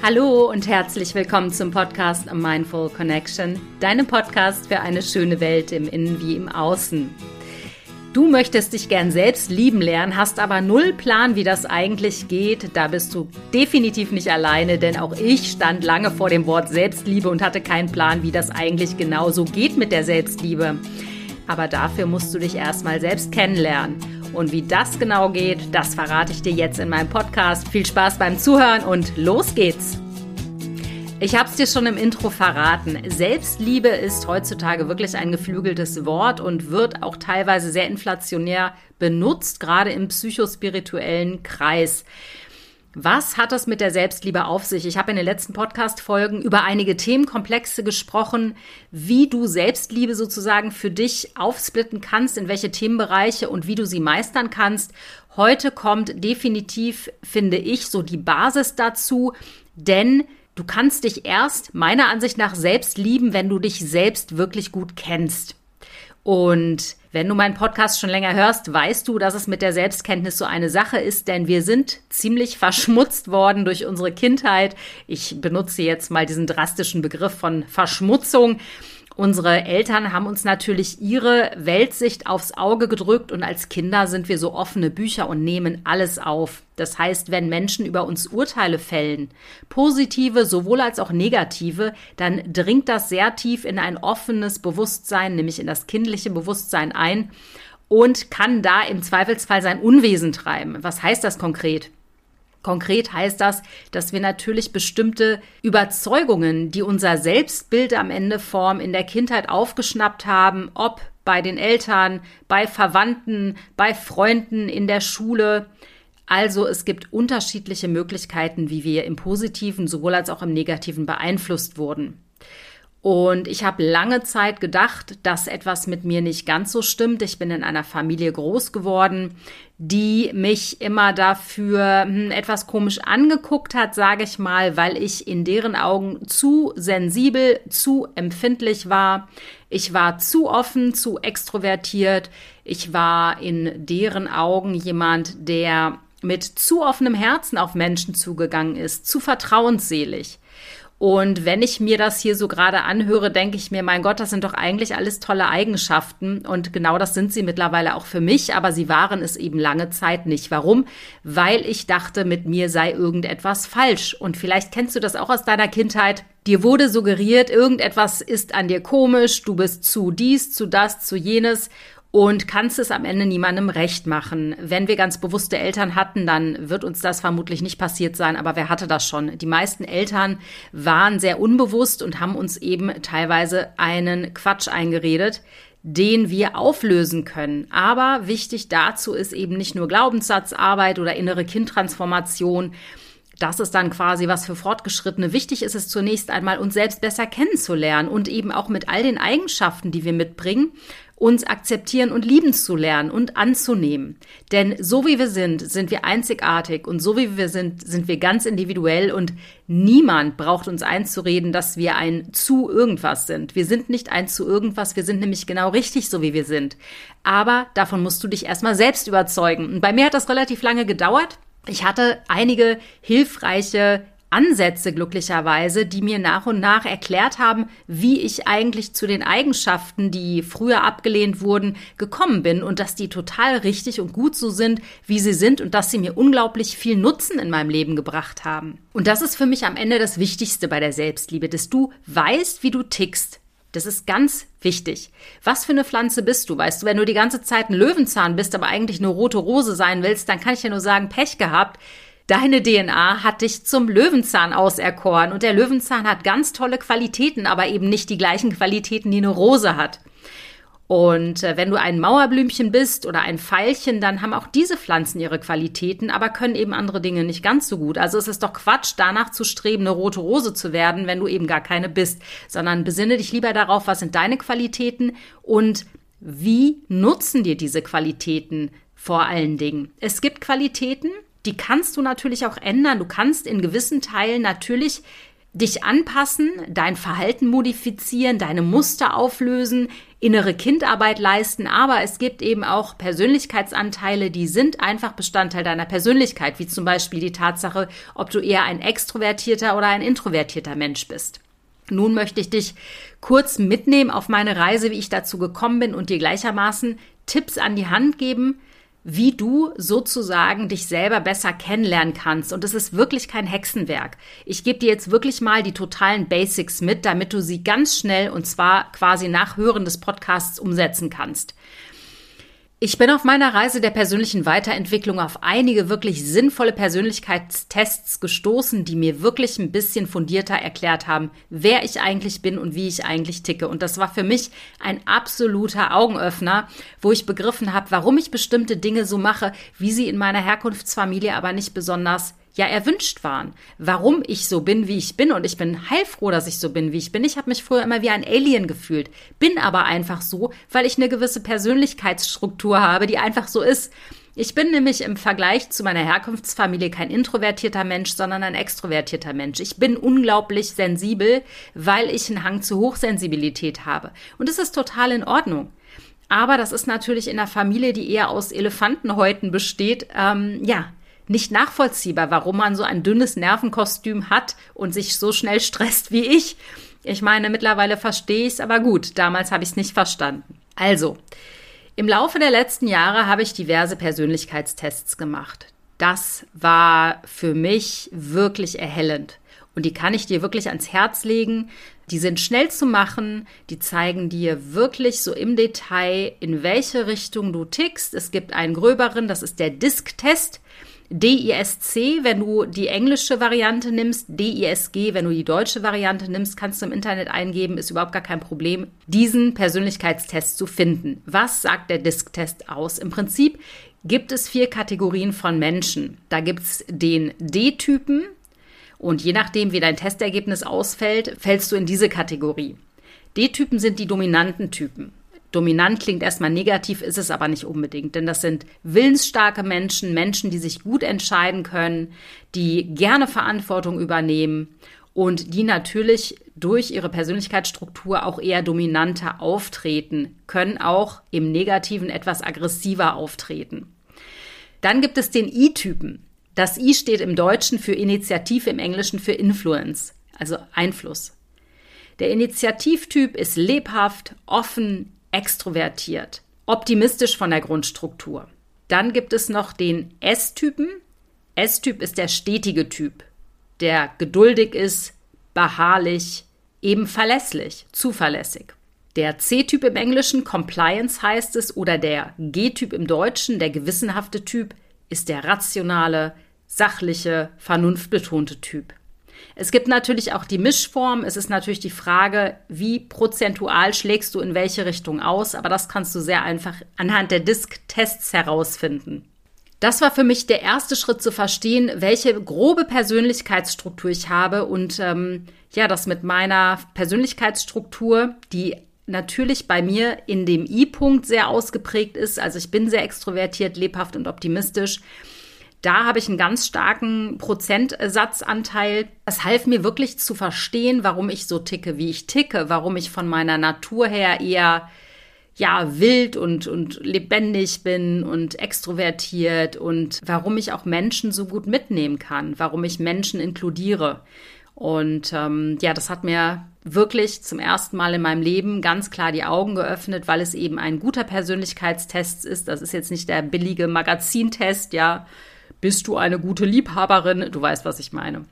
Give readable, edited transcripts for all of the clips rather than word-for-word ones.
Hallo und herzlich willkommen zum Podcast A Mindful Connection, deinem Podcast für eine schöne Welt im Innen wie im Außen. Du möchtest dich gern selbst lieben lernen, hast aber null Plan, wie das eigentlich geht. Da bist du definitiv nicht alleine, denn auch ich stand lange vor dem Wort Selbstliebe und hatte keinen Plan, wie das eigentlich genau so geht mit der Selbstliebe. Aber dafür musst du dich erstmal selbst kennenlernen. Und wie das genau geht, das verrate ich dir jetzt in meinem Podcast. Viel Spaß beim Zuhören und los geht's! Ich habe es dir schon im Intro verraten. Selbstliebe ist heutzutage wirklich ein geflügeltes Wort und wird auch teilweise sehr inflationär benutzt, gerade im psychospirituellen Kreis. Was hat es mit der Selbstliebe auf sich? Ich habe in den letzten Podcast-Folgen über einige Themenkomplexe gesprochen, wie du Selbstliebe sozusagen für dich aufsplitten kannst, in welche Themenbereiche und wie du sie meistern kannst. Heute kommt definitiv, finde ich, so die Basis dazu, denn du kannst dich erst meiner Ansicht nach selbst lieben, wenn du dich selbst wirklich gut kennst. Und wenn du meinen Podcast schon länger hörst, weißt du, dass es mit der Selbstkenntnis so eine Sache ist, denn wir sind ziemlich verschmutzt worden durch unsere Kindheit. Ich benutze jetzt mal diesen drastischen Begriff von Verschmutzung. Unsere Eltern haben uns natürlich ihre Weltsicht aufs Auge gedrückt und als Kinder sind wir so offene Bücher und nehmen alles auf. Das heißt, wenn Menschen über uns Urteile fällen, positive sowohl als auch negative, dann dringt das sehr tief in ein offenes Bewusstsein, nämlich in das kindliche Bewusstsein ein und kann da im Zweifelsfall sein Unwesen treiben. Was heißt das konkret? Konkret heißt das, dass wir natürlich bestimmte Überzeugungen, die unser Selbstbild am Ende formen, in der Kindheit aufgeschnappt haben, ob bei den Eltern, bei Verwandten, bei Freunden, in der Schule. Also es gibt unterschiedliche Möglichkeiten, wie wir im Positiven sowohl als auch im Negativen beeinflusst wurden. Und ich habe lange Zeit gedacht, dass etwas mit mir nicht ganz so stimmt. Ich bin in einer Familie groß geworden, die mich immer dafür etwas komisch angeguckt hat, sage ich mal, weil ich in deren Augen zu sensibel, zu empfindlich war. Ich war zu offen, zu extrovertiert. Ich war in deren Augen jemand, der mit zu offenem Herzen auf Menschen zugegangen ist, zu vertrauensselig. Und wenn ich mir das hier so gerade anhöre, denke ich mir, mein Gott, das sind doch eigentlich alles tolle Eigenschaften. Und genau das sind sie mittlerweile auch für mich, aber sie waren es eben lange Zeit nicht. Warum? Weil ich dachte, mit mir sei irgendetwas falsch. Und vielleicht kennst du das auch aus deiner Kindheit. Dir wurde suggeriert, irgendetwas ist an dir komisch, du bist zu dies, zu das, zu jenes. Und kannst es am Ende niemandem recht machen. Wenn wir ganz bewusste Eltern hatten, dann wird uns das vermutlich nicht passiert sein, aber wer hatte das schon? Die meisten Eltern waren sehr unbewusst und haben uns eben teilweise einen Quatsch eingeredet, den wir auflösen können. Aber wichtig dazu ist eben nicht nur Glaubenssatzarbeit oder innere Kindtransformation. Das ist dann quasi was für Fortgeschrittene. Wichtig ist es zunächst einmal, uns selbst besser kennenzulernen und eben auch mit all den Eigenschaften, die wir mitbringen, uns akzeptieren und lieben zu lernen und anzunehmen. Denn so wie wir sind wir einzigartig und so wie wir sind wir ganz individuell und niemand braucht uns einzureden, dass wir ein zu irgendwas sind. Wir sind nicht ein zu irgendwas, wir sind nämlich genau richtig, so wie wir sind. Aber davon musst du dich erstmal selbst überzeugen. Und bei mir hat das relativ lange gedauert. Ich hatte einige hilfreiche Ansätze glücklicherweise, die mir nach und nach erklärt haben, wie ich eigentlich zu den Eigenschaften, die früher abgelehnt wurden, gekommen bin und dass die total richtig und gut so sind, wie sie sind und dass sie mir unglaublich viel Nutzen in meinem Leben gebracht haben. Und das ist für mich am Ende das Wichtigste bei der Selbstliebe, dass du weißt, wie du tickst. Das ist ganz wichtig. Was für eine Pflanze bist du? Weißt du, wenn du die ganze Zeit ein Löwenzahn bist, aber eigentlich eine rote Rose sein willst, dann kann ich dir nur sagen, Pech gehabt. Deine DNA hat dich zum Löwenzahn auserkoren und der Löwenzahn hat ganz tolle Qualitäten, aber eben nicht die gleichen Qualitäten, die eine Rose hat. Und wenn du ein Mauerblümchen bist oder ein Veilchen, dann haben auch diese Pflanzen ihre Qualitäten, aber können eben andere Dinge nicht ganz so gut. Also es ist doch Quatsch, danach zu streben, eine rote Rose zu werden, wenn du eben gar keine bist, sondern besinne dich lieber darauf, was sind deine Qualitäten und wie nutzen dir diese Qualitäten vor allen Dingen. Es gibt Qualitäten, die kannst du natürlich auch ändern. Du kannst in gewissen Teilen natürlich dich anpassen, dein Verhalten modifizieren, deine Muster auflösen, innere Kindarbeit leisten, aber es gibt eben auch Persönlichkeitsanteile, die sind einfach Bestandteil deiner Persönlichkeit, wie zum Beispiel die Tatsache, ob du eher ein extrovertierter oder ein introvertierter Mensch bist. Nun möchte ich dich kurz mitnehmen auf meine Reise, wie ich dazu gekommen bin und dir gleichermaßen Tipps an die Hand geben, wie du sozusagen dich selber besser kennenlernen kannst. Und es ist wirklich kein Hexenwerk. Ich gebe dir jetzt wirklich mal die totalen Basics mit, damit du sie ganz schnell und zwar quasi nach Hören des Podcasts umsetzen kannst. Ich bin auf meiner Reise der persönlichen Weiterentwicklung auf einige wirklich sinnvolle Persönlichkeitstests gestoßen, die mir wirklich ein bisschen fundierter erklärt haben, wer ich eigentlich bin und wie ich eigentlich ticke. Und das war für mich ein absoluter Augenöffner, wo ich begriffen habe, warum ich bestimmte Dinge so mache, wie sie in meiner Herkunftsfamilie aber nicht besonders erwünscht waren. Warum ich so bin, wie ich bin. Und ich bin heilfroh, dass ich so bin, wie ich bin. Ich habe mich früher immer wie ein Alien gefühlt. Bin aber einfach so, weil ich eine gewisse Persönlichkeitsstruktur habe, die einfach so ist. Ich bin nämlich im Vergleich zu meiner Herkunftsfamilie kein introvertierter Mensch, sondern ein extrovertierter Mensch. Ich bin unglaublich sensibel, weil ich einen Hang zu Hochsensibilität habe. Und es ist total in Ordnung. Aber das ist natürlich in einer Familie, die eher aus Elefantenhäuten besteht, nicht nachvollziehbar, warum man so ein dünnes Nervenkostüm hat und sich so schnell stresst wie ich. Ich meine, mittlerweile verstehe ich es, aber gut, damals habe ich es nicht verstanden. Also, im Laufe der letzten Jahre habe ich diverse Persönlichkeitstests gemacht. Das war für mich wirklich erhellend. Und die kann ich dir wirklich ans Herz legen. Die sind schnell zu machen, die zeigen dir wirklich so im Detail, in welche Richtung du tickst. Es gibt einen gröberen, das ist der DISC-Test. DISC, wenn du die englische Variante nimmst, DISG, wenn du die deutsche Variante nimmst, kannst du im Internet eingeben, ist überhaupt gar kein Problem, diesen Persönlichkeitstest zu finden. Was sagt der DISC-Test aus? Im Prinzip gibt es 4 Kategorien von Menschen. Da gibt es den D-Typen und je nachdem, wie dein Testergebnis ausfällt, fällst du in diese Kategorie. D-Typen sind die dominanten Typen. Dominant klingt erstmal negativ, ist es aber nicht unbedingt, denn das sind willensstarke Menschen, Menschen, die sich gut entscheiden können, die gerne Verantwortung übernehmen und die natürlich durch ihre Persönlichkeitsstruktur auch eher dominanter auftreten, können auch im Negativen etwas aggressiver auftreten. Dann gibt es den I-Typen. Das I steht im Deutschen für Initiative, im Englischen für Influence, also Einfluss. Der Initiativtyp ist lebhaft, offen, extrovertiert, optimistisch von der Grundstruktur. Dann gibt es noch den S-Typen. S-Typ ist der stetige Typ, der geduldig ist, beharrlich, eben verlässlich, zuverlässig. Der C-Typ im Englischen, Compliance heißt es, oder der G-Typ im Deutschen, der gewissenhafte Typ, ist der rationale, sachliche, vernunftbetonte Typ. Es gibt natürlich auch die Mischform. Es ist natürlich die Frage, wie prozentual schlägst du in welche Richtung aus, aber das kannst du sehr einfach anhand der DISC-Tests herausfinden. Das war für mich der erste Schritt zu verstehen, welche grobe Persönlichkeitsstruktur ich habe und das mit meiner Persönlichkeitsstruktur, die natürlich bei mir in dem I-Punkt sehr ausgeprägt ist. Also ich bin sehr extrovertiert, lebhaft und optimistisch. Da habe ich einen ganz starken Prozentsatzanteil. Das half mir wirklich zu verstehen, warum ich so ticke, wie ich ticke, warum ich von meiner Natur her eher wild und lebendig bin und extrovertiert und warum ich auch Menschen so gut mitnehmen kann, warum ich Menschen inkludiere. Und das hat mir wirklich zum ersten Mal in meinem Leben ganz klar die Augen geöffnet, weil es eben ein guter Persönlichkeitstest ist. Das ist jetzt nicht der billige Magazintest, Bist du eine gute Liebhaberin? Du weißt, was ich meine.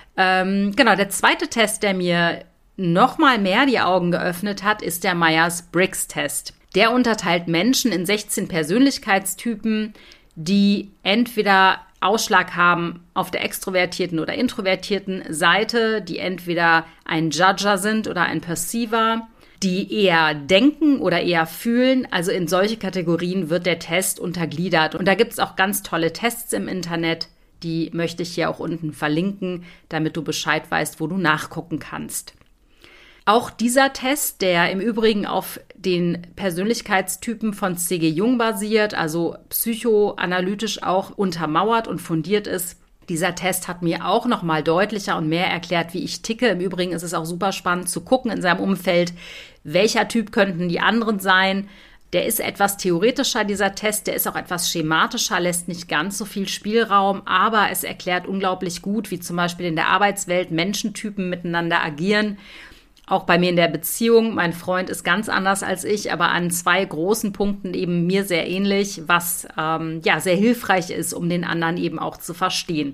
Der zweite Test, der mir noch mal mehr die Augen geöffnet hat, ist der Myers-Briggs-Test. Der unterteilt Menschen in 16 Persönlichkeitstypen, die entweder Ausschlag haben auf der extrovertierten oder introvertierten Seite, die entweder ein Judger sind oder ein Perceiver, die eher denken oder eher fühlen. Also in solche Kategorien wird der Test untergliedert. Und da gibt es auch ganz tolle Tests im Internet. Die möchte ich hier auch unten verlinken, damit du Bescheid weißt, wo du nachgucken kannst. Auch dieser Test, der im Übrigen auf den Persönlichkeitstypen von C.G. Jung basiert, also psychoanalytisch auch untermauert und fundiert ist, Dieser Test hat mir auch nochmal deutlicher und mehr erklärt, wie ich ticke. Im Übrigen ist es auch super spannend zu gucken in seinem Umfeld, welcher Typ könnten die anderen sein. Der ist etwas theoretischer, dieser Test, der ist auch etwas schematischer, lässt nicht ganz so viel Spielraum, aber es erklärt unglaublich gut, wie zum Beispiel in der Arbeitswelt Menschentypen miteinander agieren. Auch bei mir in der Beziehung, mein Freund ist ganz anders als ich, aber an 2 großen Punkten eben mir sehr ähnlich, was sehr hilfreich ist, um den anderen eben auch zu verstehen.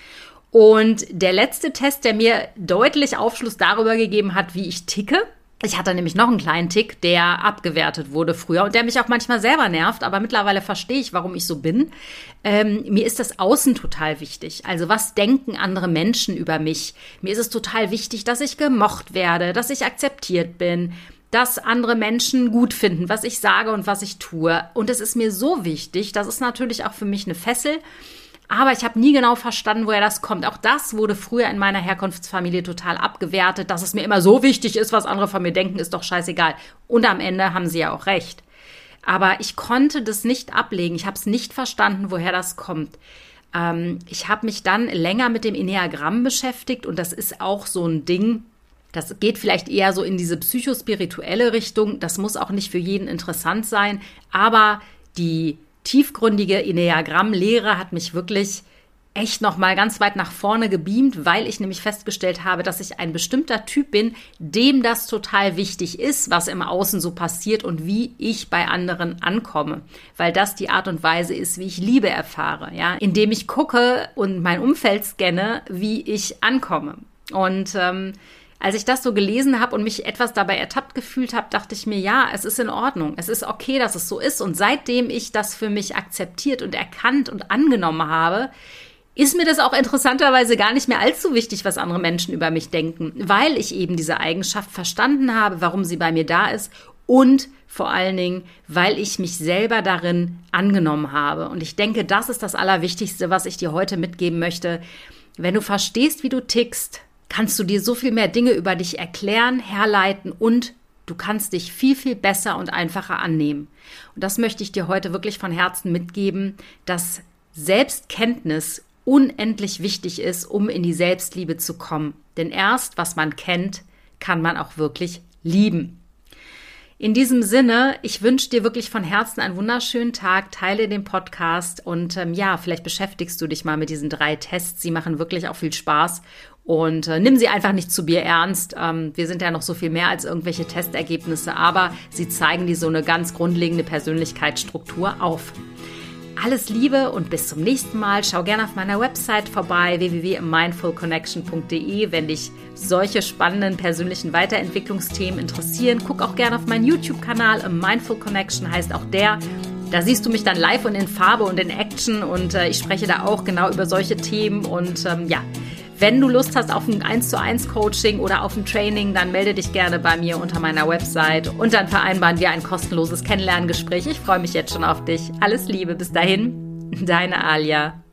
Und der letzte Test, der mir deutlich Aufschluss darüber gegeben hat, wie ich ticke. Ich hatte nämlich noch einen kleinen Tick, der abgewertet wurde früher und der mich auch manchmal selber nervt, aber mittlerweile verstehe ich, warum ich so bin. Mir ist das Außen total wichtig. Also was denken andere Menschen über mich? Mir ist es total wichtig, dass ich gemocht werde, dass ich akzeptiert bin, dass andere Menschen gut finden, was ich sage und was ich tue. Und es ist mir so wichtig, das ist natürlich auch für mich eine Fessel, aber ich habe nie genau verstanden, woher das kommt. Auch das wurde früher in meiner Herkunftsfamilie total abgewertet, dass es mir immer so wichtig ist, was andere von mir denken, ist doch scheißegal. Und am Ende haben sie ja auch recht. Aber ich konnte das nicht ablegen. Ich habe es nicht verstanden, woher das kommt. Ich habe mich dann länger mit dem Enneagramm beschäftigt und das ist auch so ein Ding. Das geht vielleicht eher so in diese psychospirituelle Richtung. Das muss auch nicht für jeden interessant sein. Aber die tiefgründige Enneagramm-Lehre hat mich wirklich echt noch mal ganz weit nach vorne gebeamt, weil ich nämlich festgestellt habe, dass ich ein bestimmter Typ bin, dem das total wichtig ist, was im Außen so passiert und wie ich bei anderen ankomme, weil das die Art und Weise ist, wie ich Liebe erfahre, ja, indem ich gucke und mein Umfeld scanne, wie ich ankomme. Und als ich das so gelesen habe und mich etwas dabei ertappt gefühlt habe, dachte ich mir, ja, es ist in Ordnung. Es ist okay, dass es so ist. Und seitdem ich das für mich akzeptiert und erkannt und angenommen habe, ist mir das auch interessanterweise gar nicht mehr allzu wichtig, was andere Menschen über mich denken, weil ich eben diese Eigenschaft verstanden habe, warum sie bei mir da ist und vor allen Dingen, weil ich mich selber darin angenommen habe. Und ich denke, das ist das Allerwichtigste, was ich dir heute mitgeben möchte. Wenn du verstehst, wie du tickst, kannst du dir so viel mehr Dinge über dich erklären, herleiten und du kannst dich viel, viel besser und einfacher annehmen. Und das möchte ich dir heute wirklich von Herzen mitgeben, dass Selbstkenntnis unendlich wichtig ist, um in die Selbstliebe zu kommen. Denn erst, was man kennt, kann man auch wirklich lieben. In diesem Sinne, ich wünsche dir wirklich von Herzen einen wunderschönen Tag, teile den Podcast und vielleicht beschäftigst du dich mal mit diesen 3 Tests. Sie machen wirklich auch viel Spaß und nimm sie einfach nicht zu bierernst. Wir sind ja noch so viel mehr als irgendwelche Testergebnisse, aber sie zeigen dir so eine ganz grundlegende Persönlichkeitsstruktur auf. Alles Liebe und bis zum nächsten Mal. Schau gerne auf meiner Website vorbei, www.mindfulconnection.de, wenn dich solche spannenden persönlichen Weiterentwicklungsthemen interessieren. Guck auch gerne auf meinen YouTube-Kanal. A Mindful Connection heißt auch der. Da siehst du mich dann live und in Farbe und in Action und ich spreche da auch genau über solche Themen und wenn du Lust hast auf ein 1:1 Coaching oder auf ein Training, dann melde dich gerne bei mir unter meiner Website und dann vereinbaren wir ein kostenloses Kennenlerngespräch. Ich freue mich jetzt schon auf dich. Alles Liebe, bis dahin, deine Alia.